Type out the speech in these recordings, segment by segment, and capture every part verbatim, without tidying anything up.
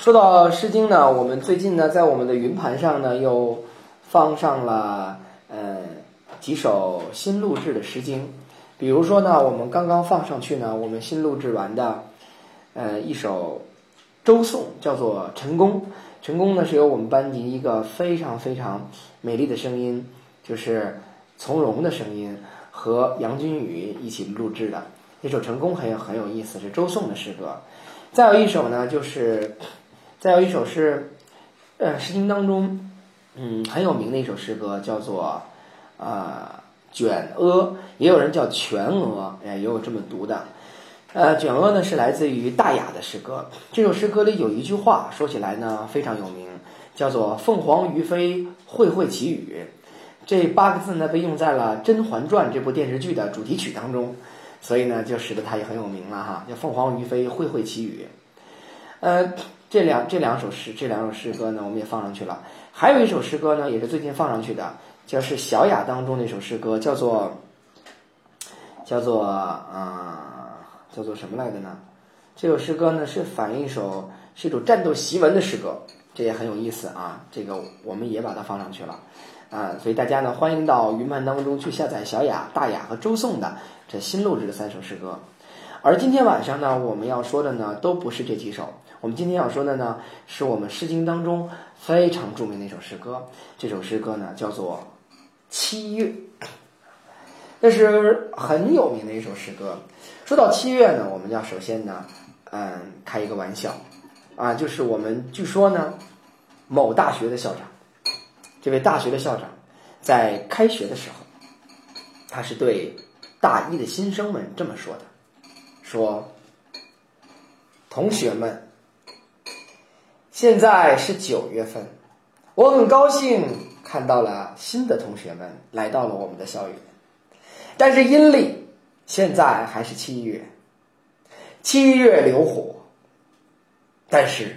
说到《诗经》呢，我们最近呢，在我们的云盘上呢，又放上了呃几首新录制的《诗经》。比如说呢，我们刚刚放上去呢，我们新录制完的呃一首周颂，叫做《陈宫》。陈宫呢，是由我们班级一个非常非常美丽的声音，就是从容的声音，和杨君宇一起录制的。这首《陈宫》很有很有意思，是周颂的诗歌。再有一首呢，就是再有一首是呃《诗经》当中嗯很有名的一首诗歌，叫做呃卷阿，也有人叫全阿，哎，也有这么读的。呃，卷阿呢是来自于大雅的诗歌。这首诗歌里有一句话说起来呢非常有名，叫做凤凰于飞，会会其语。这八个字呢被用在了《甄嬛传》这部电视剧的主题曲当中，所以呢就使得它也很有名了哈，叫凤凰于飞，会会其语。呃，这两这两首诗这两首诗歌呢我们也放上去了。还有一首诗歌呢也是最近放上去的，就是小雅当中那首诗歌，叫做叫做呃叫做什么来的呢？这首诗歌呢是反映一首是一首战斗檄文的诗歌，这也很有意思啊。这个我们也把它放上去了啊，所以大家呢欢迎到云盘当中去下载小雅、大雅和周颂的这新录制的三首诗歌。而今天晚上呢，我们要说的呢都不是这几首，我们今天要说的呢是我们《诗经》当中非常著名的一首诗歌。这首诗歌呢叫做《七月》，这是很有名的一首诗歌。说到七月呢，我们要首先呢，嗯，开一个玩笑啊，就是我们据说呢，某大学的校长，这位大学的校长在开学的时候，他是对大一的新生们这么说的，说：同学们，现在是九月份，我很高兴看到了新的同学们来到了我们的校园，但是阴历现在还是七月，七月流火，但是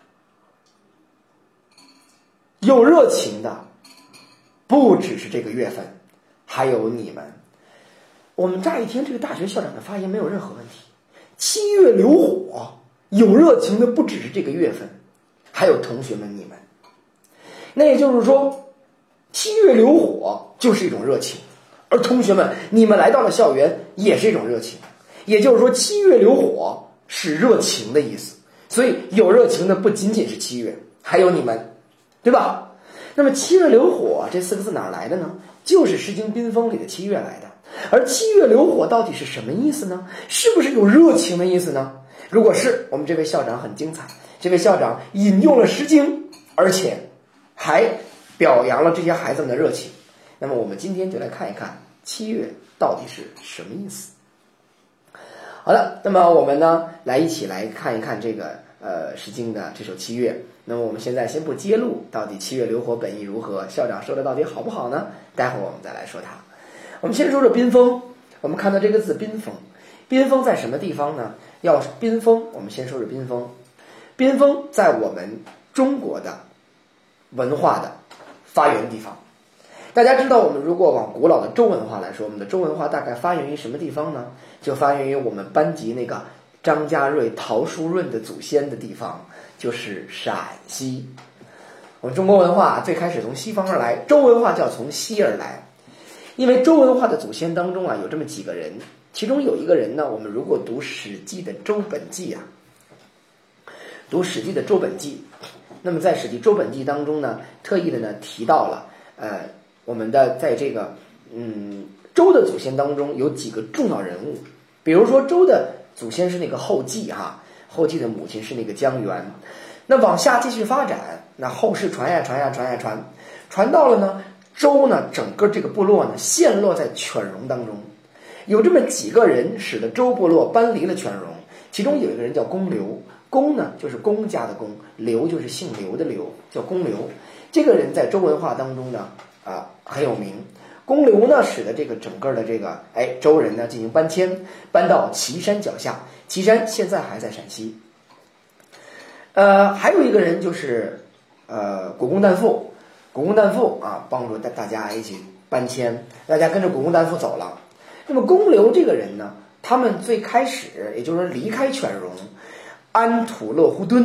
有热情的不只是这个月份，还有你们。我们乍一听这个大学校长的发言没有任何问题，七月流火，有热情的不只是这个月份，还有同学们你们。那也就是说，七月流火就是一种热情，而同学们你们来到了校园也是一种热情，也就是说七月流火是热情的意思。所以有热情的不仅仅是七月，还有你们，对吧？那么七月流火这四个字哪儿来的呢？就是《诗经·宾风》里的七月来的。而七月流火到底是什么意思呢？是不是有热情的意思呢？如果是，我们这位校长很精彩，这位校长引用了《诗经》，而且还表扬了这些孩子们的热情。那么我们今天就来看一看七月到底是什么意思。好的，那么我们呢来一起来看一看这个呃《诗经》的这首七月。那么我们现在先不揭露到底七月流火本意如何，校长说的到底好不好呢？待会儿我们再来说它。我们先说说宾风。我们看到这个字宾风，宾风在什么地方呢？要宾风，我们先说说宾风。宾风在我们中国的文化的发源地方。大家知道，我们如果往古老的周文化来说，我们的周文化大概发源于什么地方呢？就发源于我们班级那个张家瑞、陶叔润的祖先的地方，就是陕西。我们中国文化最开始从西方而来，周文化就要从西而来。因为周文化的祖先当中啊，有这么几个人，其中有一个人呢，我们如果读《史记》的周本纪啊，读《史记》的周本纪，那么在《史记》周本纪当中呢，特意的呢提到了，呃，我们的在这个嗯周的祖先当中有几个重要人物，比如说周的祖先是那个后稷哈，后稷的母亲是那个姜源，那往下继续发展，那后世传呀传呀传呀传，传到了呢。周呢，整个这个部落呢，陷落在犬戎当中，有这么几个人，使得周部落搬离了犬戎。其中有一个人叫公刘，公呢就是公家的公，刘就是姓刘的刘，叫公刘。这个人在周文化当中呢，啊很有名。公刘呢，使得这个整个的这个哎周人呢进行搬迁，搬到岐山脚下。岐山现在还在陕西。呃，还有一个人就是呃古公旦父。古公旦父啊，帮助大大家一起搬迁，大家跟着古公旦父走了。那么公刘这个人呢，他们最开始也就是离开犬戎，安土乐乎敦，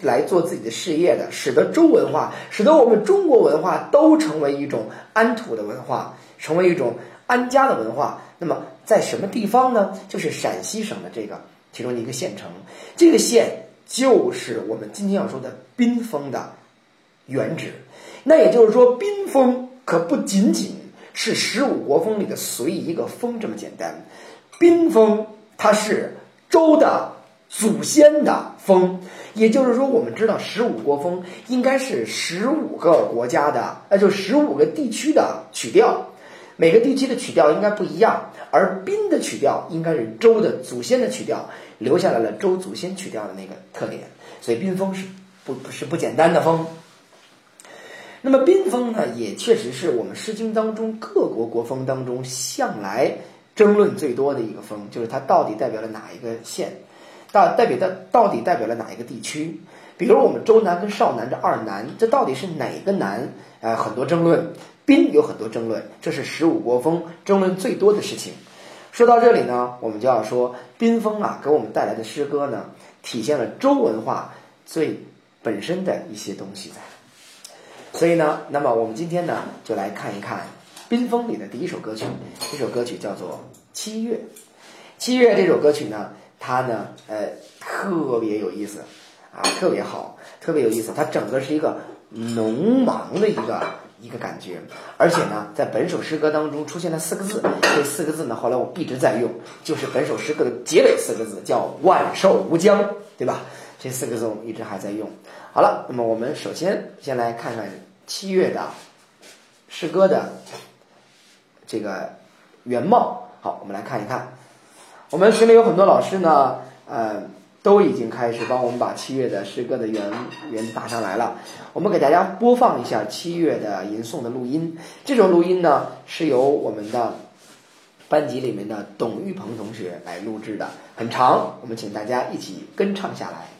来做自己的事业的，使得周文化，使得我们中国文化都成为一种安土的文化，成为一种安家的文化。那么在什么地方呢？就是陕西省的这个其中的一个县城，这个县就是我们今天要说的宾封的原址。那也就是说，宾封可不仅仅是十五国封里的随意一个封这么简单，宾封它是周的祖先的封，也就是说，我们知道十五国封应该是十五个国家的，那就十五个地区的曲调，每个地区的曲调应该不一样，而宾的曲调应该是周的祖先的曲调，留下来了周祖先曲调的那个特点，所以宾封是不不是不简单的封。那么宾封呢，也确实是我们《诗经》当中各国国封当中向来争论最多的一个封，就是它到底代表了哪一个县，到代表的到底代表了哪一个地区。比如我们周南跟少南这二南，这到底是哪个南？呃，很多争论，宾有很多争论，这是十五国封争论最多的事情。说到这里呢，我们就要说宾封啊，给我们带来的诗歌呢，体现了周文化最本身的一些东西在。所以呢，那么我们今天呢，就来看一看宾封里的第一首歌曲，这首歌曲叫做《七月》。《七月》这首歌曲呢，它呢，呃，特别有意思啊，特别好，特别有意思。它整个是一个农忙的一个一个感觉，而且呢，在本首诗歌当中出现了四个字，这四个字呢，后来我一直在用，就是本首诗歌的结尾四个字，叫“万寿无疆”，对吧？这四个字我们一直还在用。好了，那么我们首先先来看看七月的诗歌的这个原貌。好，我们来看一看。我们群里有很多老师呢，呃，都已经开始帮我们把七月的诗歌的原原打上来了。我们给大家播放一下七月的吟诵的录音。这首录音呢，是由我们的班级里面的董玉鹏同学来录制的，很长，我们请大家一起跟唱下来。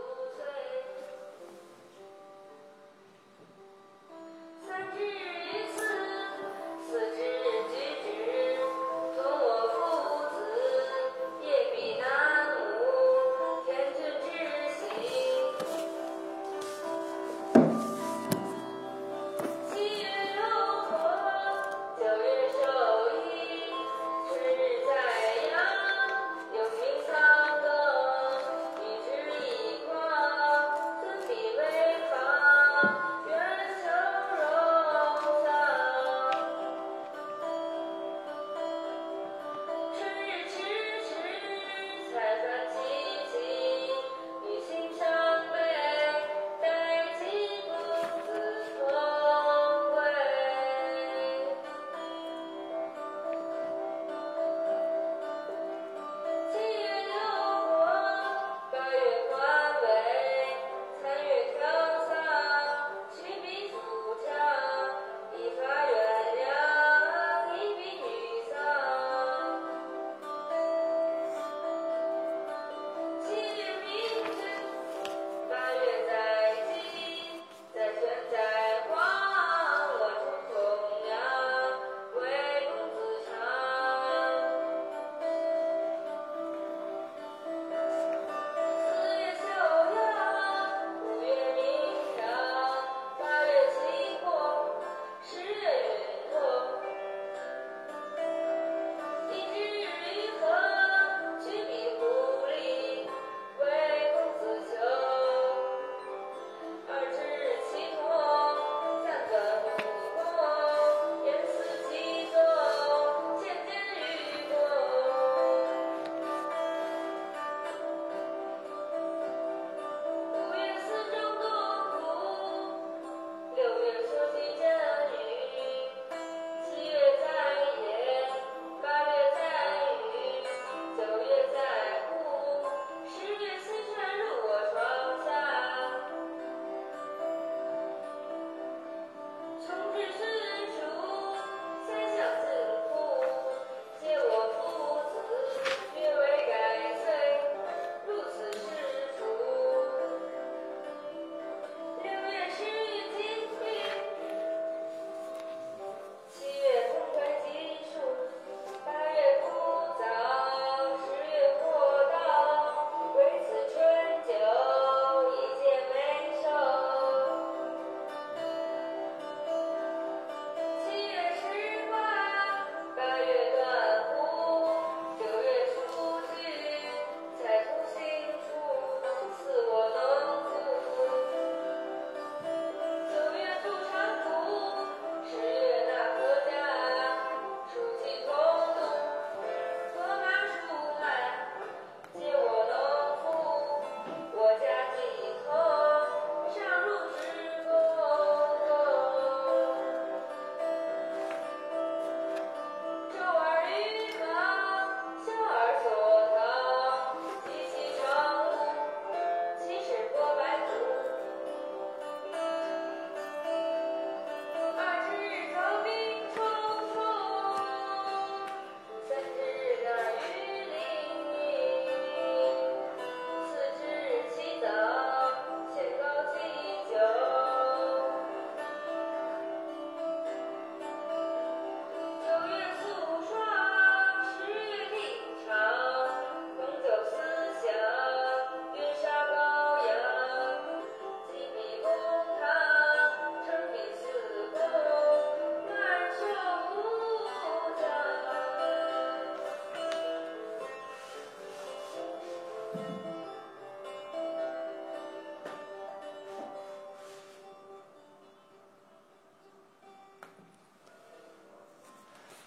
三日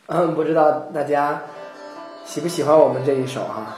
嗯，不知道大家喜不喜欢我们这一首哈？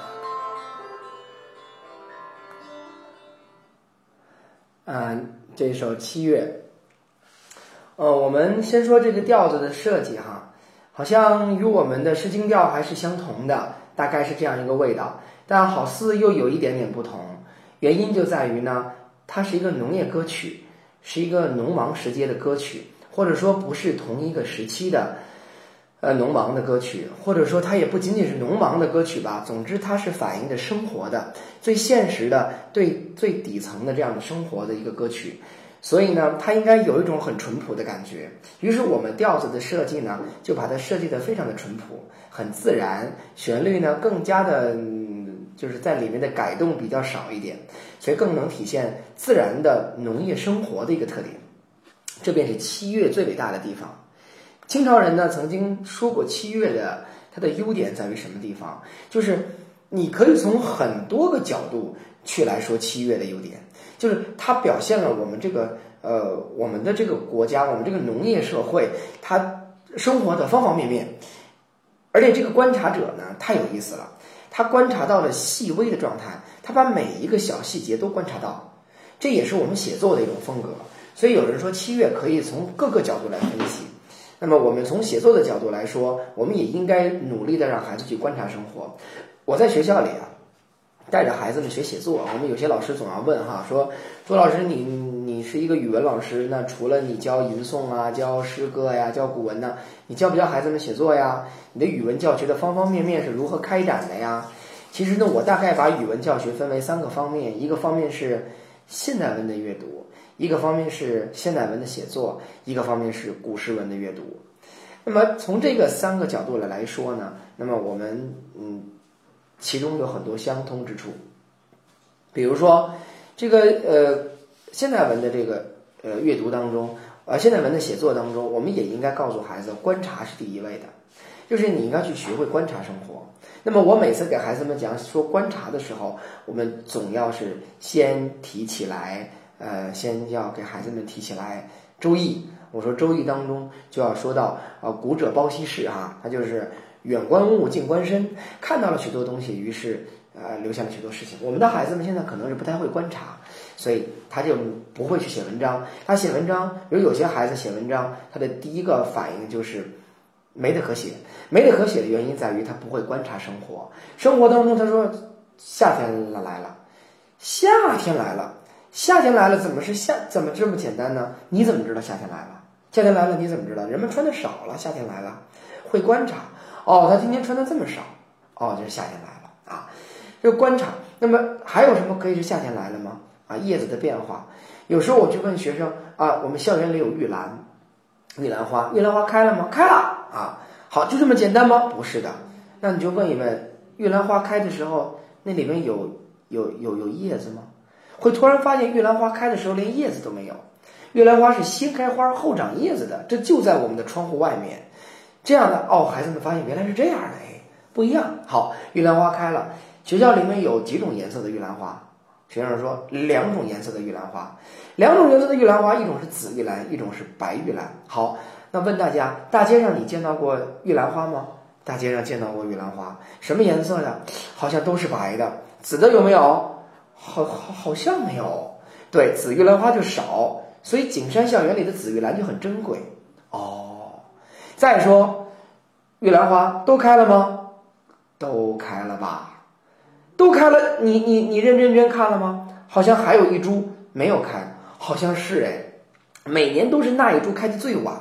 嗯，这一首《七月》。呃，我们先说这个调子的设计哈，好像与我们的诗经调还是相同的，大概是这样一个味道，但好似又有一点点不同。原因就在于呢，它是一个农业歌曲，是一个农忙时节的歌曲，或者说不是同一个时期的呃农忙的歌曲，或者说它也不仅仅是农忙的歌曲吧。总之，它是反映着生活的最现实的、对最底层的这样的生活的一个歌曲。所以呢，它应该有一种很淳朴的感觉。于是我们调子的设计呢，就把它设计得非常的淳朴，很自然。旋律呢，更加的，嗯，就是在里面的改动比较少一点，所以更能体现自然的农业生活的一个特点。这便是七月最伟大的地方。清朝人呢曾经说过，七月的它的优点在于什么地方？就是你可以从很多个角度去来说七月的优点。就是它表现了我们这个呃我们的这个国家，我们这个农业社会，它生活的方方面面。而且这个观察者呢太有意思了，他观察到了细微的状态，他把每一个小细节都观察到，这也是我们写作的一种风格。所以有人说七月可以从各个角度来分析。那么我们从写作的角度来说，我们也应该努力的让孩子去观察生活。我在学校里啊，带着孩子们学写作，我们有些老师总要问哈，说朱老师，你你是一个语文老师，那除了你教吟诵啊、教诗歌呀、教古文呢，你教不教孩子们写作呀？你的语文教学的方方面面是如何开展的呀？其实呢，我大概把语文教学分为三个方面，一个方面是现代文的阅读，一个方面是现代文的写作，一个方面是古诗文的阅读。那么从这个三个角度来来说呢，那么我们嗯。其中有很多相通之处，比如说这个呃现代文的这个呃阅读当中，呃现代文的写作当中，我们也应该告诉孩子，观察是第一位的，就是你应该去学会观察生活。那么我每次给孩子们讲说观察的时候，我们总要是先提起来，呃先要给孩子们提起来周易。我说周易当中就要说到呃古者包羲氏啊，它就是远观物，近观身，看到了许多东西，于是呃留下了许多事情。我们的孩子们现在可能是不太会观察，所以他就不会去写文章。他写文章，比如有些孩子写文章，他的第一个反应就是没得可写。没得可写的原因在于他不会观察生活。生活当中他说夏天来了，夏天来了，夏天来了，怎么是夏？怎么这么简单呢？你怎么知道夏天来了？夏天来了你怎么知道？人们穿的少了，夏天来了，会观察。哦，他今天穿的这么少，哦，就是夏天来了啊，就观察。那么还有什么可以是夏天来了吗？啊，叶子的变化。有时候我去问学生啊，我们校园里有玉兰，玉兰花，玉兰花开了吗？开了啊。好，就这么简单吗？不是的。那你就问一问，玉兰花开的时候，那里面有有有有叶子吗？会突然发现玉兰花开的时候连叶子都没有。玉兰花是先开花后长叶子的，这就在我们的窗户外面。这样的哦，孩子们发现原来是这样的，哎，不一样。好，玉兰花开了，学校里面有几种颜色的玉兰花？学生说两种颜色的玉兰花，两种颜色的玉兰花，一种是紫玉兰，一种是白玉兰。好，那问大家，大街上你见到过玉兰花吗？大街上见到过玉兰花，什么颜色的？好像都是白的，紫的有没有？好好好像没有。对，紫玉兰花就少，所以景山校园里的紫玉兰就很珍贵。哦。再说，玉兰花都开了吗？都开了吧，都开了。你你你认真真看了吗？好像还有一株没有开，好像是哎，每年都是那一株开的最晚。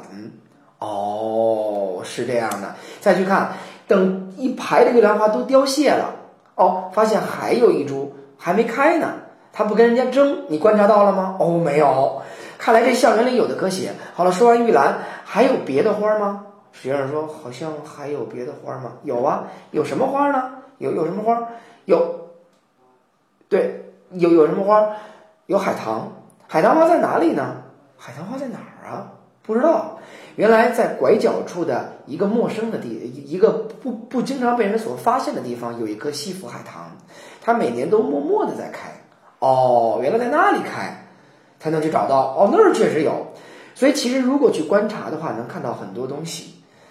哦，是这样的。再去看，等一排的玉兰花都凋谢了，哦，发现还有一株还没开呢，它不跟人家争，你观察到了吗？哦，没有。看来这校园里有的可写。好了，说完玉兰，还有别的花吗？学生说好像还有别的花吗？有啊，有什么花呢？有有什么花？有，对，有有什么花？有海棠。海棠花在哪里呢？海棠花在哪儿啊？不知道。原来在拐角处的一个陌生的地，一个不不经常被人所发现的地方，有一棵西府海棠，它每年都默默的在开。哦，原来在那里开，才能去找到。哦，那儿确实有。所以其实如果去观察的话，能看到很多东西。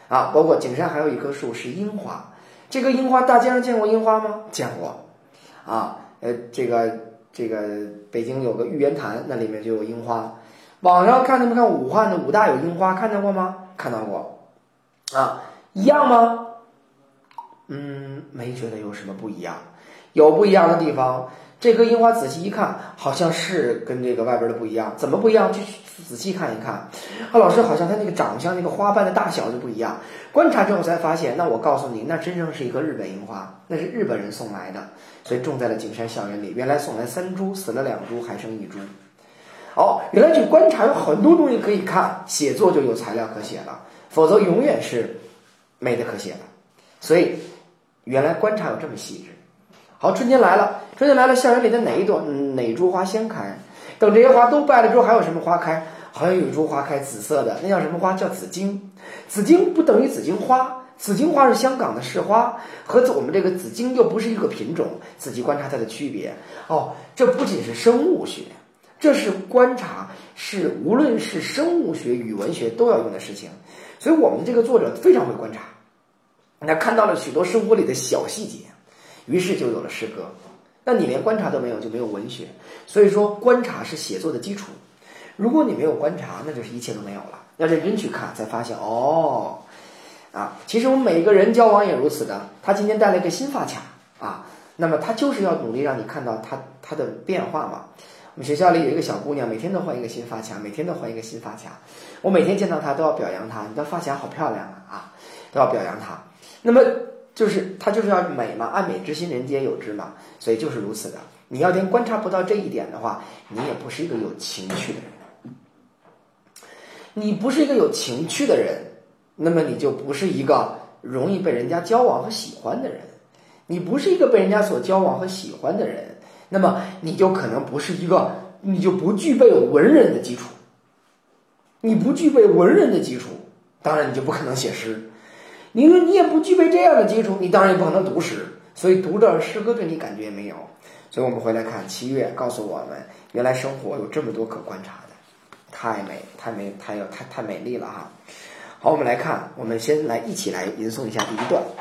啊，包括景山还有一棵树是樱花，这个樱花大街上见过樱花吗？见过，啊，呃，这个这个北京有个玉渊潭，那里面就有樱花。网上看他们看武汉的武大有樱花，看到过吗？看到过，啊，一样吗？嗯，没觉得有什么不一样，有不一样的地方。这棵樱花仔细一看，好像是跟这个外边的不一样，怎么不一样？去仔细看一看。啊，老师好像它那个长相、那个花瓣的大小就不一样。观察之后才发现，那我告诉你，那真正是一棵日本樱花，那是日本人送来的，所以种在了景山校园里。原来送来三株，死了两株，还剩一株。哦，原来去观察有很多东西可以看，写作就有材料可写了，否则永远是没得可写了。所以原来观察有这么细致。好，春天来了，春天来了，校园里的哪一朵、嗯、哪株花先开？等这些花都败了之后，还有什么花开？好像有一株花开，紫色的，那叫什么花？叫紫荆。紫荆不等于紫荆花，紫荆花是香港的市花，和我们这个紫荆又不是一个品种。仔细观察它的区别。哦，这不仅是生物学，这是观察，是无论是生物学、语文学都要用的事情。所以我们这个作者非常会观察，他看到了许多生活里的小细节。于是就有了诗歌。那你连观察都没有，就没有文学。所以说观察是写作的基础。如果你没有观察，那就是一切都没有了。要认真去看，才发现哦，啊，其实我们每一个人交往也如此的。他今天带了一个新发卡啊，那么他就是要努力让你看到他他的变化嘛。我们学校里有一个小姑娘，每天都换一个新发卡，每天都换一个新发卡。我每天见到她都要表扬她，你的发卡好漂亮啊啊，都要表扬她。那么就是他就是要美嘛，爱美之心人皆有之嘛，所以就是如此的。你要连观察不到这一点的话，你也不是一个有情趣的人。你不是一个有情趣的人，那么你就不是一个容易被人家交往和喜欢的人。你不是一个被人家所交往和喜欢的人，那么你就可能不是一个，你就不具备文人的基础。你不具备文人的基础，当然你就不可能写诗。你说你也不具备这样的基础，你当然也不可能读诗，所以读这诗歌对你感觉也没有。所以我们回来看七月告诉我们，原来生活有这么多可观察的，太美太美太有太太美丽了哈。好，我们来看，我们先来一起来吟诵一下第一段，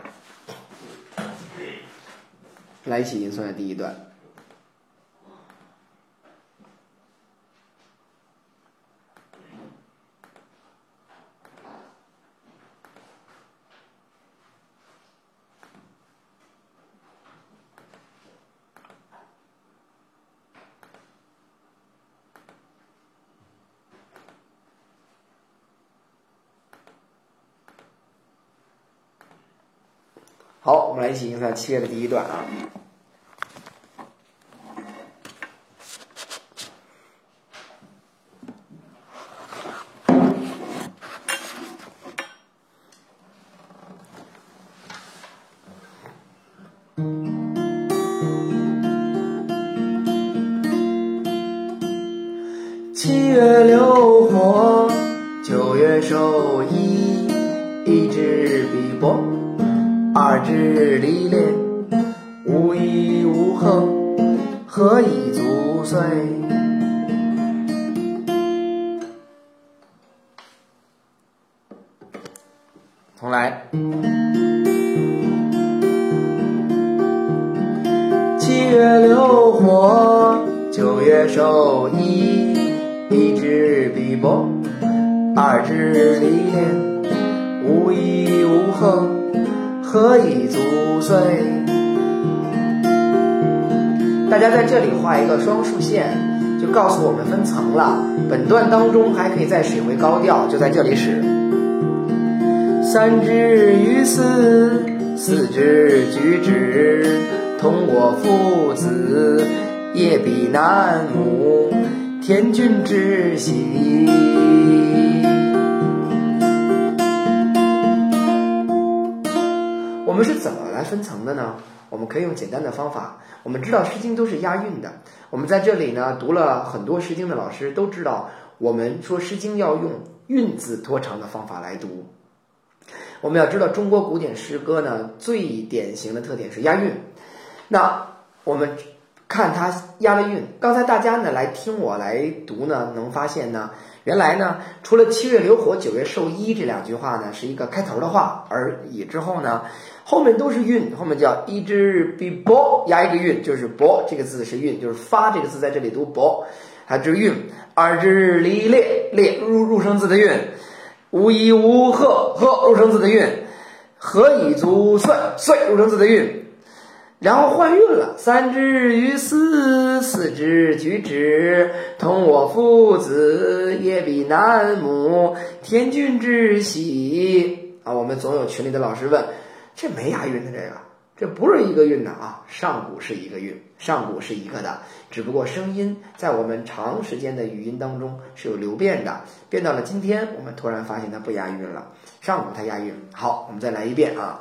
来一起吟诵一下第一段。好，我们来一起吟诵七月的第一段啊。七月流火，九月收衣，一支笔帛，二支离恋，无依无恒，何以足岁？重来。七月流火，九月收衣，一支笔帛，二支离恋，无依无恒，何以足岁？大家在这里画一个双竖线，就告诉我们分层了。本段当中还可以再使回高调，就在这里使。三支于斯，四支举止，同我父子，夜比南亩，天君之喜。我们是怎么来分层的呢？我们可以用简单的方法。我们知道诗经都是押韵的，我们在这里呢读了很多诗经的老师都知道，我们说诗经要用韵字拖长的方法来读。我们要知道中国古典诗歌呢最典型的特点是押韵。那我们看它押了韵，刚才大家呢来听我来读呢，能发现呢原来呢，除了七月流火，九月授衣这两句话呢是一个开头的话而已，之后呢，后面都是韵，后面叫一之比薄，押一个韵，就是薄这个字是韵，就是发这个字在这里读薄，还是韵。二之离列，列入入声字的韵，无一无贺，贺入声字的韵，何以足岁，岁入声字的韵。然后换韵了，三之于斯，四之举止，同我父子，也比南母，天君之喜啊！我们总有群里的老师问，这没押韵的这个，这不是一个韵的啊！上古是一个韵，上古是一个的，只不过声音在我们长时间的语音当中是有流变的，变到了今天，我们突然发现它不押韵了。上古它押韵。好，我们再来一遍啊！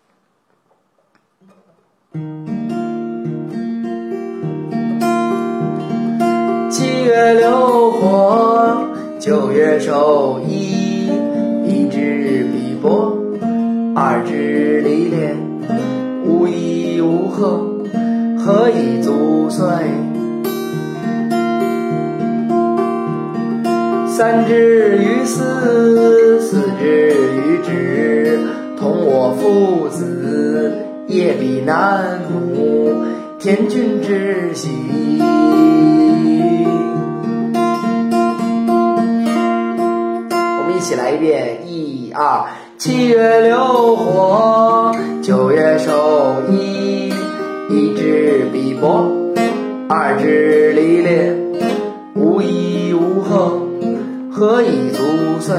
七月流火，九月授衣，一之比薄，二之离列，无一无贺，何以足岁？三之于斯，四之于止，同我父子，也比南母，天君之喜。一起来一遍，一二，七月流火，九月授衣，一之比薄，二之离列，无一无贺，何以足岁？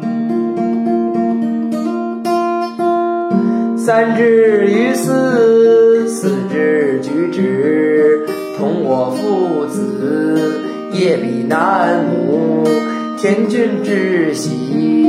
三之于斯，四之举止，同我父子，也比南母，天君之喜。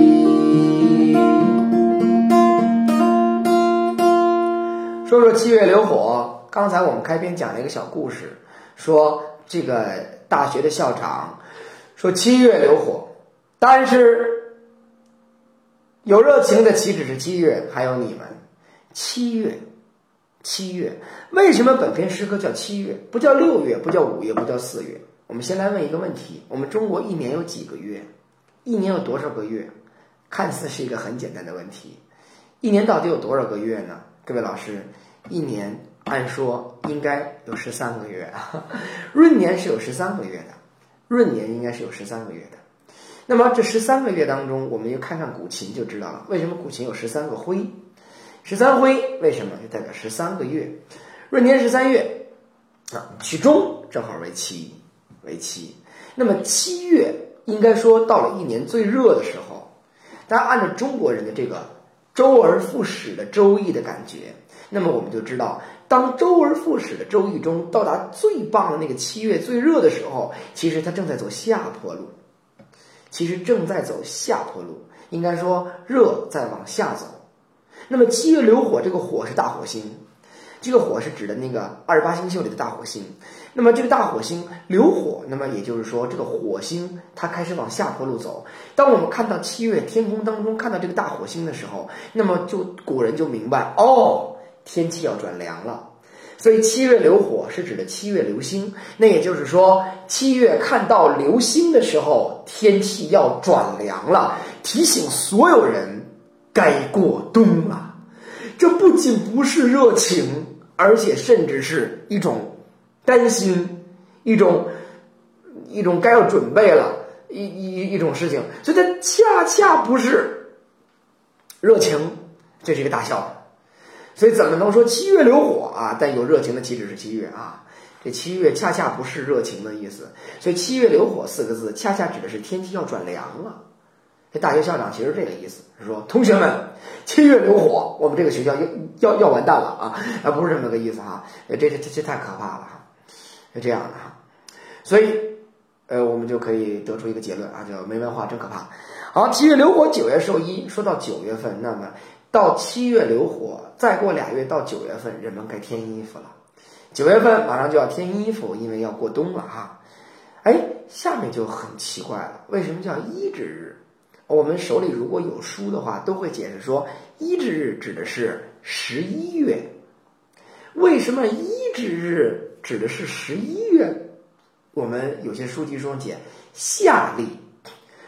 说说七月流火，刚才我们开篇讲了一个小故事，说这个大学的校长说七月流火，但是有热情的岂止是七月，还有你们。七月，七月，为什么本篇诗歌叫七月，不叫六月，不叫五月，不叫四月？我们先来问一个问题，我们中国一年有几个月？一年有多少个月？看似是一个很简单的问题，一年到底有多少个月呢？各位老师，一年按说应该有十三个月啊，闰年是有十三个月的，闰年应该是有十三个月的。那么这十三个月当中，我们就看看古琴就知道了，为什么古琴有十三个徽？十三徽为什么？就代表十三个月。闰年十三月啊，取中正好为七，为七。那么七月应该说到了一年最热的时候，大家按照中国人的这个周而复始的周易的感觉，那么我们就知道，当周而复始的周易中到达最棒的那个七月最热的时候，其实它正在走下坡路，其实正在走下坡路，应该说热在往下走。那么七月流火，这个火是大火星，这个火是指的那个二十八星宿里的大火星。那么这个大火星流火，那么也就是说这个火星它开始往下坡路走。当我们看到七月天空当中看到这个大火星的时候，那么就古人就明白，哦，天气要转凉了。所以七月流火是指的七月流星，那也就是说七月看到流星的时候，天气要转凉了，提醒所有人该过冬了。这不仅不是热情，而且甚至是一种担心，一种一种该要准备了一一一种事情，所以它恰恰不是热情，这是一个大笑话。所以怎么能说七月流火啊？但有热情的岂止是七月啊？这七月恰恰不是热情的意思，所以七月流火四个字恰恰指的是天气要转凉了。这大学校长其实这个意思是说，同学们，七月流火，我们这个学校要要要完蛋了啊！啊，不是这么个意思哈，这这这太可怕了哈，是这样的哈。所以，呃，我们就可以得出一个结论啊，叫没文化真可怕。好，七月流火，九月授衣。说到九月份，那么到七月流火，再过俩月到九月份，人们该添衣服了。九月份马上就要添衣服，因为要过冬了哈。哎，下面就很奇怪了，为什么叫衣之日？我们手里如果有书的话，都会解释说，衣之日指的是十一月。为什么衣之日指的是十一月？我们有些书籍中解夏历，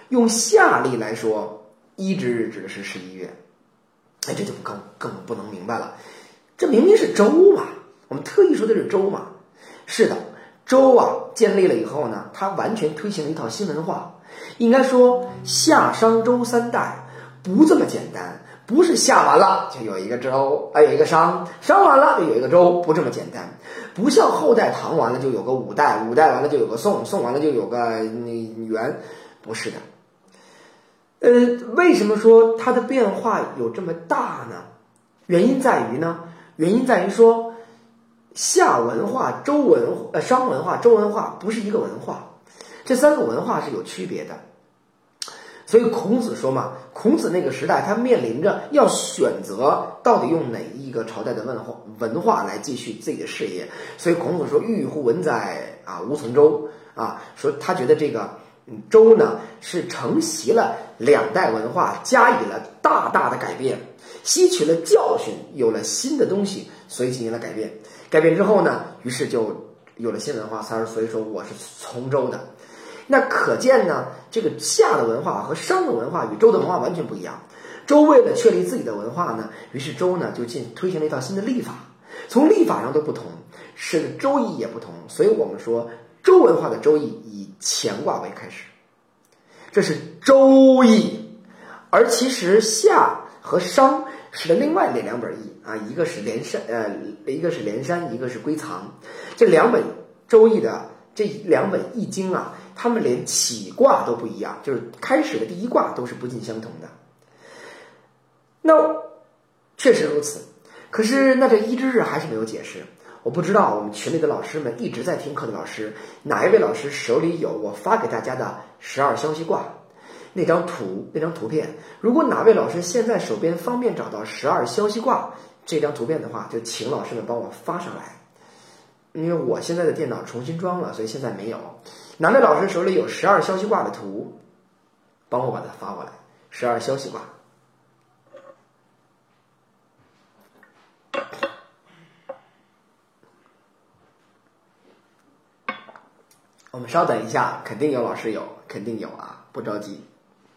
用夏历来说，一之日指的是十一月。哎，这就更更不能明白了，这明明是周嘛，我们特意说的是周嘛。是的，周啊建立了以后呢，它完全推行了一套新文化。应该说夏商周三代不这么简单，不是夏完了就有一个周，哎有一个商，商完了就有一个周，不这么简单。不像后代唐完了就有个五代，五代完了就有个宋，宋完了就有个元，不是的。呃，为什么说它的变化有这么大呢？原因在于呢，原因在于说，夏文化、周文化、呃商文化、周文化不是一个文化，这三个文化是有区别的。所以孔子说嘛，孔子那个时代他面临着要选择到底用哪一个朝代的文化文化来继续自己的事业，所以孔子说欲乎文哉啊，无从周啊，说他觉得这个嗯周呢是承袭了两代文化，加以了大大的改变，吸取了教训，有了新的东西，所以进行了改变。改变之后呢，于是就有了新文化，所以说我是从周的。那可见呢，这个夏的文化和商的文化与周的文化完全不一样。周为了确立自己的文化呢，于是周呢就进推行了一套新的历法，从历法上都不同，使得周易也不同。所以我们说周文化的周易以乾卦为开始，这是周易。而其实夏和商是的另外的两本易啊，一个是连山，呃，一个是连山，一个是归藏。这两本周易的这两本易经啊，他们连起卦都不一样，就是开始的第一卦都是不尽相同的。那确实如此，可是那这一之日还是没有解释。我不知道我们群里的老师们一直在听课的老师，哪一位老师手里有我发给大家的十二消息卦那张图那张图片？如果哪位老师现在手边方便找到十二消息卦这张图片的话，就请老师们帮我发上来。因为我现在的电脑重新装了，所以现在没有。哪位老师手里有十二消息卦的图，帮我把它发过来。十二消息卦，我们稍等一下，肯定有老师有，肯定有啊，不着急。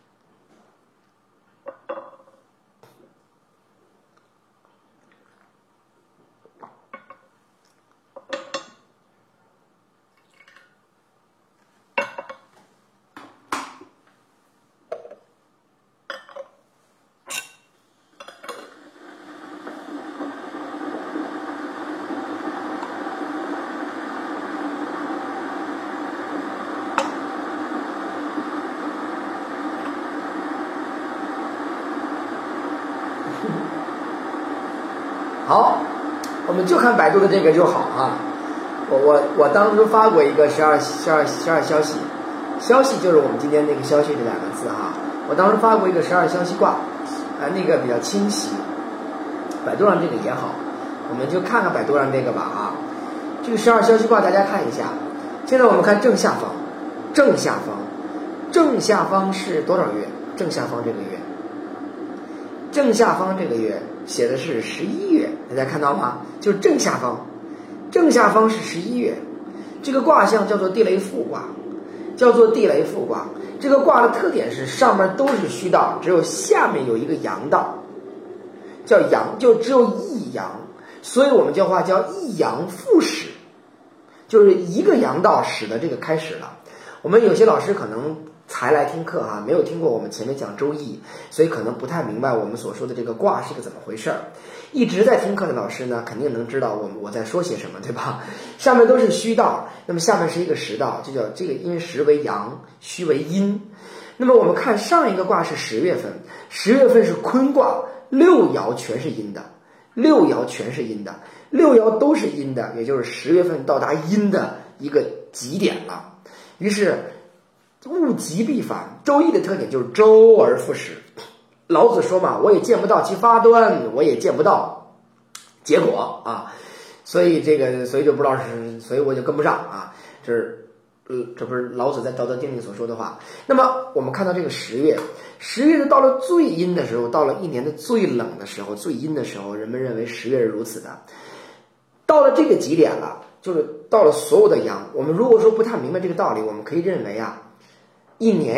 好，我们就看百度的这个就好啊。我我我当初发过一个十二十二十二消息，消息就是我们今天那个消息这两个字哈。我当时发过一个十二消息卦，啊、呃，那个比较清晰。百度上这个也好，我们就看看百度上这个吧啊。这个十二消息卦大家看一下。现在我们看正下方，正下方，正下方是多少月？正下方这个月，正下方这个月。写的是十一月，大家看到吗？就是正下方，正下方是十一月。这个卦象叫做地雷复卦，叫做地雷复卦。这个卦的特点是上面都是虚道，只有下面有一个阳道，叫阳，就只有一阳，所以我们叫话叫一阳复始，就是一个阳道使得这个开始了。我们有些老师可能才来听课哈，没有听过我们前面讲周易，所以可能不太明白我们所说的这个卦是个怎么回事儿。一直在听课的老师呢，肯定能知道我我在说些什么，对吧？上面都是虚道，那么下面是一个实道，就叫这个因实为阳，虚为阴。那么我们看上一个卦是十月份，十月份是坤卦，六爻全是阴的，六爻全是阴的，六爻都是阴的，也就是十月份到达阴的一个极点了。于是物极必反，周易的特点就是周而复始。老子说嘛，我也见不到其发端，我也见不到结果啊，所以这个所以就不知道是，所以我就跟不上啊。这是呃，这不是老子在《道德经》里所说的话。那么我们看到这个十月，十月到了最阴的时候，到了一年的最冷的时候，最阴的时候，人们认为十月是如此的。到了这个极点了，就是到了所有的阳。我们如果说不太明白这个道理，我们可以认为啊，一年呀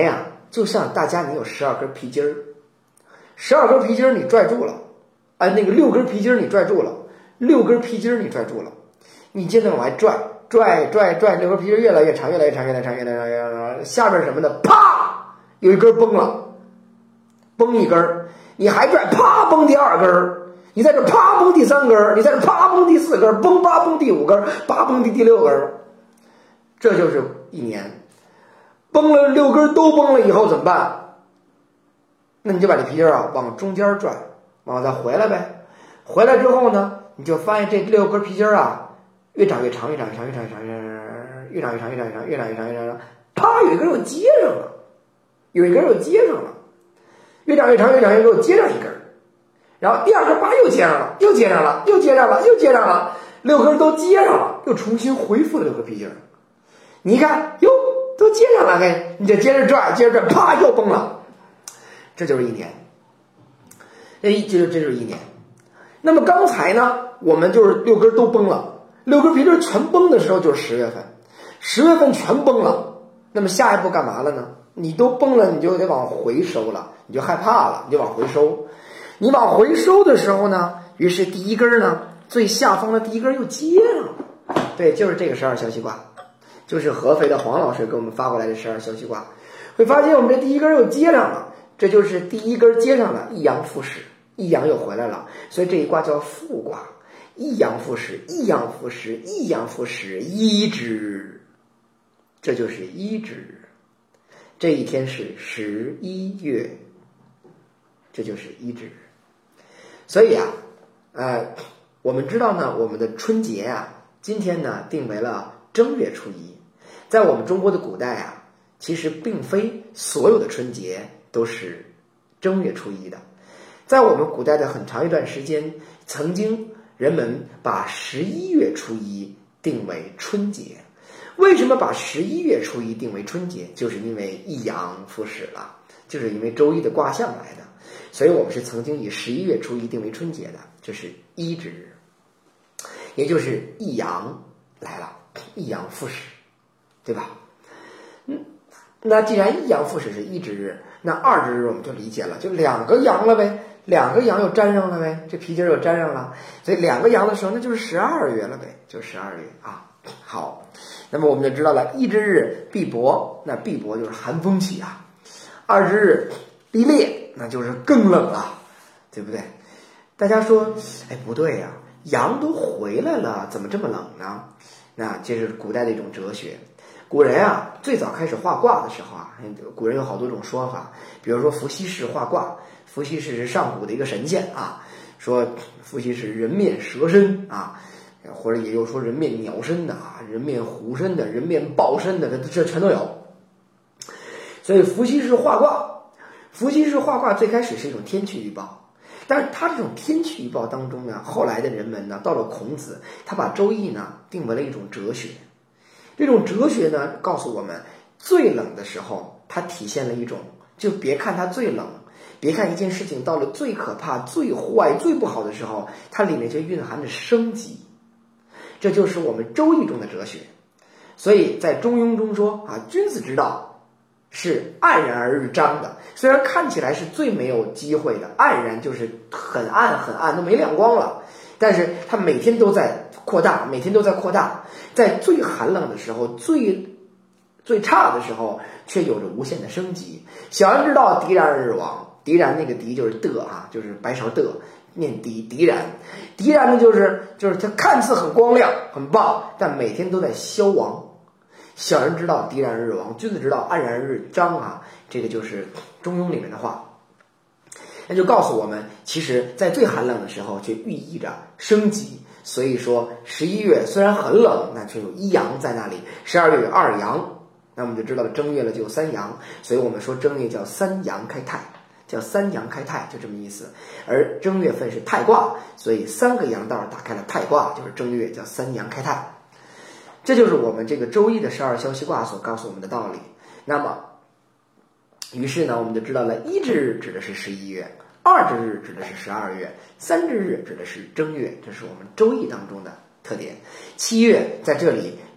就像大家你有十二根皮筋儿，十二根皮筋儿你拽住了，哎，那个六根皮筋儿你拽住了，六根皮筋儿你拽住了，你接着往外拽，拽拽拽，六根皮筋儿越来越长，越来越长，越来越长，越来越长，越来越长，下边什么的，啪，有一根崩了，崩一根，你还拽，啪，崩第二根。你在这啪崩第三根，你在这啪崩第四根，崩八崩第五根，八崩第第六根，这就是一年。崩了六根都崩了以后怎么办？那你就把这皮筋啊往中间转，往再回来呗。回来之后呢，你就发现这六根皮筋啊越长越长，越长越长，越长越长，越长越长，越长越长，越长越长，越长越长，啪，有一根又接上了，有一根又接上了，越长越长，越长越长，又接上一根。然后第二根叭又接上了，又接上了，又接上了，又接上了，六根都接上了，又重新恢复了六根皮筋。你看，哟，都接上了，嘿，你就接着拽，接着拽，啪，又崩了。这就是一年，这一这这就是一年。那么刚才呢，我们就是六根都崩了，六根皮筋全崩的时候就是十月份，十月份全崩了。那么下一步干嘛了呢？你都崩了，你就得往回收了，你就害怕了，你就往回收。你往回收的时候呢，于是第一根呢，最下方的第一根又接上了。对，就是这个十二消息卦，就是合肥的黄老师给我们发过来的十二消息卦。会发现我们这第一根又接上了，这就是第一根接上了，一阳复始，一阳又回来了，所以这一卦叫复卦，一阳复始，一阳复始，一阳复始，一之，这就是一之。这一天是十一月，这就是一之。所以啊，呃，我们知道呢，我们的春节啊，今天呢定为了正月初一。在我们中国的古代啊，其实并非所有的春节都是正月初一的。在我们古代的很长一段时间，曾经人们把十一月初一定为春节。为什么把十一月初一定为春节？就是因为一阳复始了，就是因为周一的卦象来的。所以我们是曾经以十一月初一定为春节的，这是一之日，也就是一阳来了，一阳复始，对吧？嗯，那既然一阳复始是一之日，那二之日我们就理解了，就两个阳了呗，两个阳又粘上了呗，这皮筋又粘上了，所以两个阳的时候，那就是十二月了呗，就十二月啊。好，那么我们就知道了，一之日必薄，那必薄就是寒风起啊；二之日必烈，那就是更冷了，对不对？大家说，哎，不对呀、啊，阳都回来了，怎么这么冷呢？那这是古代的一种哲学。古人啊，最早开始画卦的时候啊，古人有好多种说法，比如说伏羲氏画卦，伏羲氏是上古的一个神仙啊，说伏羲是人面蛇身啊，或者也有说人面鸟身的啊，人面虎身的，人面豹身的，这这全都有。所以伏羲氏画卦，伏羲氏画卦最开始是一种天气预报，但是他这种天气预报当中呢，后来的人们呢，到了孔子，他把周易呢定为了一种哲学。这种哲学呢，告诉我们，最冷的时候，它体现了一种，就别看它最冷，别看一件事情到了最可怕、最坏、最不好的时候，它里面就蕴含着生机。这就是我们周易中的哲学。所以在中庸中说啊，君子之道是黯然而日章的。虽然看起来是最没有机会的，黯然就是很暗很暗，都没亮光了，但是它每天都在扩大，每天都在扩大，在最寒冷的时候，最最差的时候，却有着无限的生机。小人之道，敌然而日亡。敌然那个敌就是的啊，就是白勺的，念敌敌然。敌然呢，就是就是它看似很光亮很棒，但每天都在消亡。小人之道，敌然而日亡；君子之道，黯然而日章啊。这个就是中庸里面的话。那就告诉我们，其实在最寒冷的时候，却寓意着生机。所以说，十一月虽然很冷，那却有一阳在那里；十二月有二阳，那我们就知道了正月了就有三阳。所以我们说正月叫三阳开泰，叫三阳开泰，就这么意思。而正月份是泰卦，所以三个阳道打开了泰卦，就是正月叫三阳开泰。这就是我们这个周易的十二消息卦所告诉我们的道理。那么，于是呢，我们就知道了，一之日指的是十一月，二之日指的是十二月，三之日指的是正月，这是我们周易当中的特点。七月在这里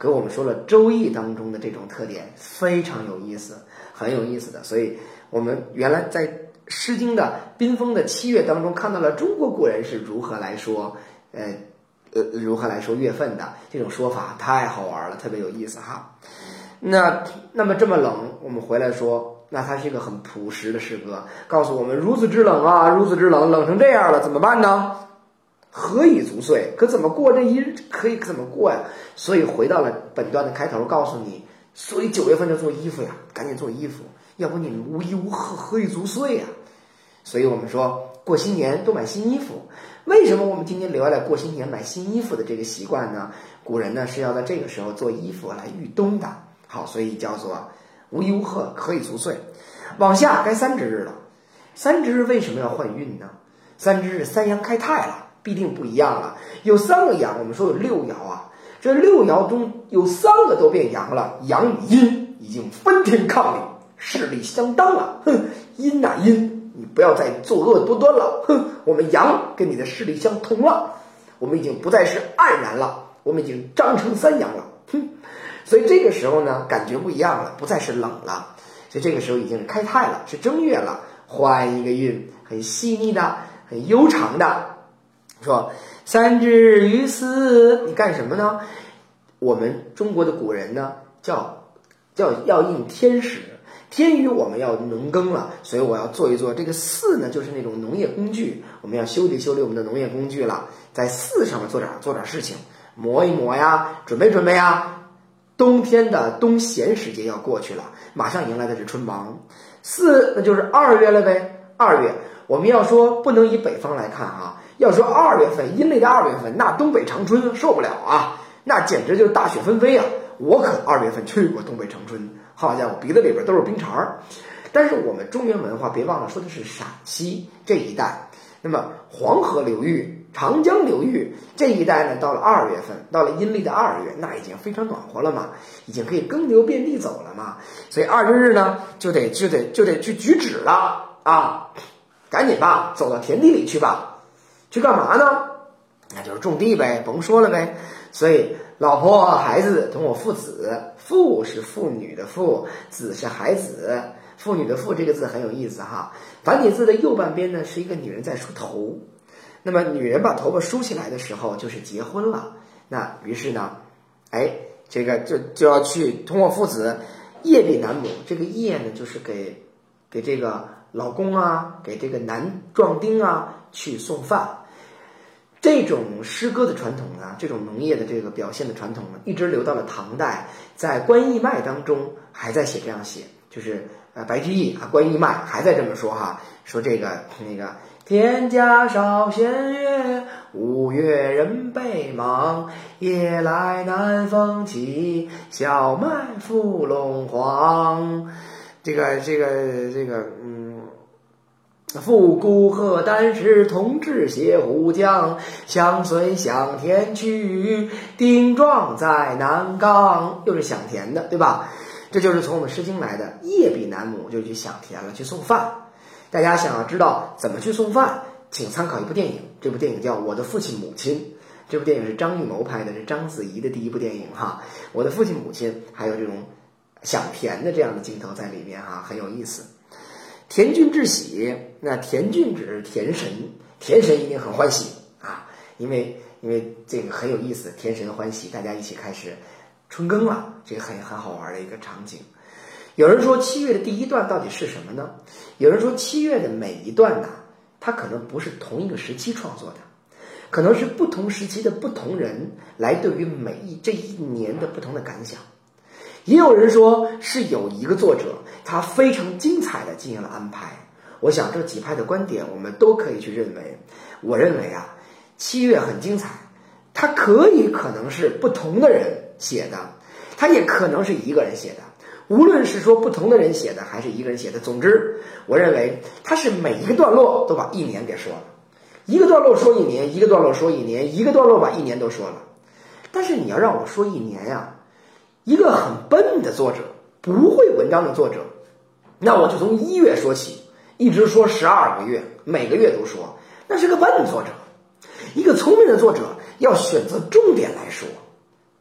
给我们说了《周易》当中的这种特点，非常有意思，很有意思的。所以我们原来在《诗经》的缤纷的七月当中看到了中国古人是如何来说，呃呃，如何来说月份的，这种说法太好玩了，特别有意思哈。那那么这么冷，我们回来说，那它是一个很朴实的诗歌，告诉我们如此之冷啊，如此之冷，冷成这样了，怎么办呢？何以足岁？可怎么过这一日？可以怎么过呀？所以回到了本段的开头，告诉你，所以九月份就做衣服呀，赶紧做衣服，要不你无衣无何，何以足岁呀？所以我们说过新年都买新衣服。为什么我们今天留下来过新年买新衣服的这个习惯呢？古人呢是要在这个时候做衣服来御冬的。好，所以叫做无衣无贺，何以足岁。往下该三之日了。三之日为什么要换运呢？三之日三阳开泰了，必定不一样了。有三个阳，我们说有六爻啊，这六爻中有三个都变阳了，阳与阴已经分庭抗礼，势力相当了。哼，阴乃阴，你不要再作恶多端了。哼，我们阳跟你的势力相同了，我们已经不再是黯然了，我们已经张成三阳了。哼。所以这个时候呢，感觉不一样了，不再是冷了，所以这个时候已经是开泰了，是正月了，换一个运，很细腻的，很悠长的。说三之于斯，你干什么呢？我们中国的古人呢，叫叫要应天时，天与我们要农耕了，所以我要做一做这个巳呢，就是那种农业工具，我们要修理修理我们的农业工具了，在巳上面做点做点事情，磨一磨呀，准备准备呀。冬天的冬闲时节要过去了，马上迎来的是春忙。四那就是二月了呗。二月我们要说不能以北方来看啊，要说二月份阴历的二月份，那东北长春受不了啊，那简直就是大雪纷飞啊！我可二月份去过东北长春，好家伙，鼻子里边都是冰碴。但是我们中原文化别忘了说的是陕西这一带，那么黄河流域、长江流域这一带呢，到了二月份，到了阴历的二月，那已经非常暖和了嘛，已经可以耕牛遍地走了嘛。所以二十日呢，就得就得就得去举止了啊！赶紧吧，走到田地里去吧，去干嘛呢？那就是种地呗，甭说了呗。所以老婆孩子同我父子，父是妇女的父，子是孩子。妇女的妇这个字很有意思哈，繁体字的右半边呢是一个女人在梳头，那么女人把头发梳起来的时候就是结婚了。那于是呢，哎，这个就就要去同我父子，夜比男母，这个夜呢就是给给这个老公啊，给这个男壮丁啊去送饭。这种诗歌的传统呢，这种农业的这个表现的传统呢，一直留到了唐代，在关义脉当中还在写这样写，就是呃白居易啊，关义脉还在这么说哈，说这个那个天家少闲月，五月人备忙，夜来南风起，小麦覆陇黄。这个这个这个嗯。复孤贺丹时，同治携胡将，相随享田去，丁壮在南冈。又是享田的，对吧？这就是从我们诗经来的，夜比男母，就去享田了，去送饭。大家想要知道怎么去送饭，请参考一部电影，这部电影叫《我的父亲母亲》。这部电影是张艺谋拍的，是章子怡的第一部电影哈。我的父亲母亲，还有这种享田的这样的镜头在里面哈，很有意思。田君至喜，那田君指田神，田神一定很欢喜啊，因为因为这个很有意思，田神欢喜，大家一起开始春耕了，这个很很好玩的一个场景。有人说七月的第一段到底是什么呢？有人说七月的每一段呢，它可能不是同一个时期创作的，可能是不同时期的不同人来对于每一这一年的不同的感想。也有人说是有一个作者，他非常精彩的进行了安排。我想这几派的观点我们都可以去认为，我认为啊，七月很精彩，它可以可能是不同的人写的，它也可能是一个人写的。无论是说不同的人写的还是一个人写的，总之我认为它是每一个段落都把一年给说了，一个段落说一年，一个段落说一年，一个段落把一年都说了。但是你要让我说一年呀、啊一个很笨的作者，不会文章的作者，那我就从一月说起，一直说十二个月，每个月都说，那是个笨作者。一个聪明的作者要选择重点来说。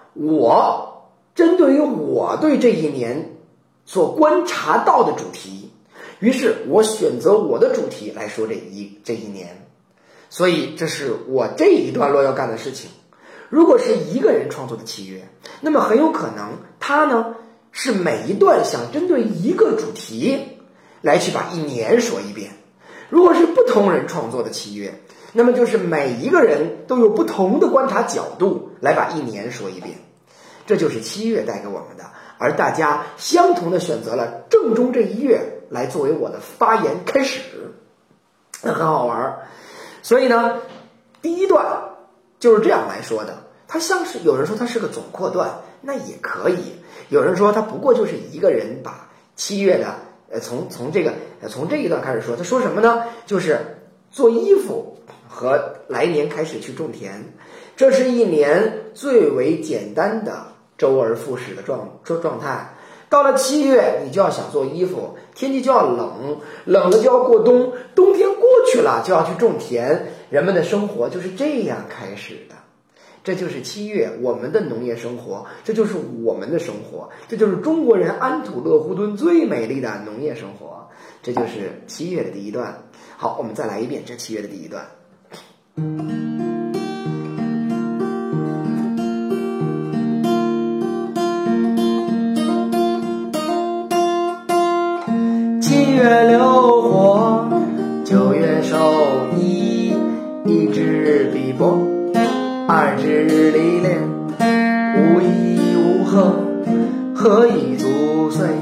我针对于我对这一年所观察到的主题，于是我选择我的主题来说这一这一年，所以这是我这一段落要干的事情。如果是一个人创作的契约，那么很有可能他呢是每一段想针对一个主题来去把一年说一遍。如果是不同人创作的契约，那么就是每一个人都有不同的观察角度来把一年说一遍。这就是七月带给我们的，而大家相同的选择了正中这一月来作为我的发言开始，很好玩。所以呢，第一段就是这样来说的，它像是有人说它是个总括段，那也可以；有人说它不过就是一个人把七月的呃从从这个呃从这一段开始说，他说什么呢？就是做衣服和来年开始去种田，这是一年最为简单的周而复始的状状态。到了七月，你就要想做衣服，天气就要冷，冷了就要过冬，冬天过去了就要去种田，人们的生活就是这样开始的。这就是七月我们的农业生活，这就是我们的生活，这就是中国人安土乐湖敦最美丽的农业生活。这就是七月的第一段。好，我们再来一遍这七月的第一段。七月流火，九月收衣，一支笔墨，二支历练，无一无何，何以足岁？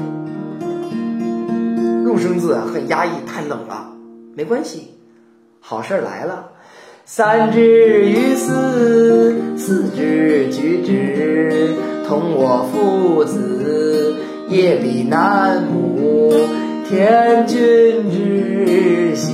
入声字很压抑，太冷了，没关系，好事来了。三支于斯，四支举止，同我父子，夜比南亩，天君之喜。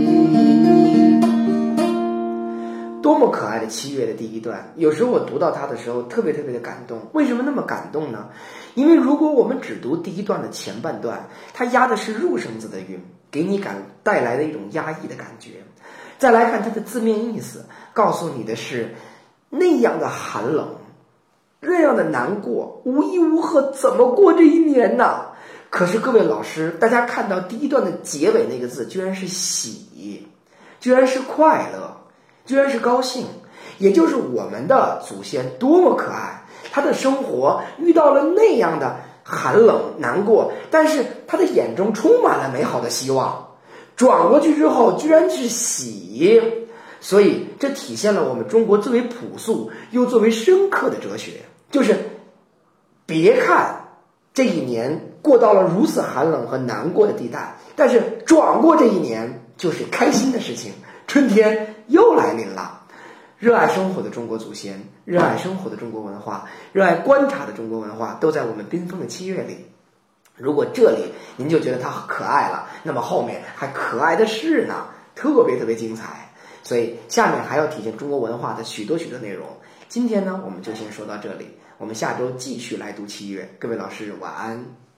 多么可爱的七月的第一段，有时候我读到它的时候特别特别的感动。为什么那么感动呢？因为如果我们只读第一段的前半段，它压的是入声字的韵，给你感带来的一种压抑的感觉。再来看它的字面意思，告诉你的是那样的寒冷，那样的难过，无依无贺，怎么过这一年呢？可是各位老师，大家看到第一段的结尾那个字，居然是喜，居然是快乐，居然是高兴。也就是我们的祖先多么可爱，他的生活遇到了那样的寒冷难过，但是他的眼中充满了美好的希望，转过去之后居然是喜。所以这体现了我们中国最为朴素又最为深刻的哲学，就是别看这一年过到了如此寒冷和难过的地带，但是转过这一年就是开心的事情，春天又来临了。热爱生活的中国祖先，热爱生活的中国文化，热爱观察的中国文化，都在我们缤纷的七月里。如果这里您就觉得它可爱了，那么后面还可爱的是呢，特别特别精彩。所以下面还要体现中国文化的许多许多内容。今天呢，我们就先说到这里，我们下周继续来读七月。各位老师晚安。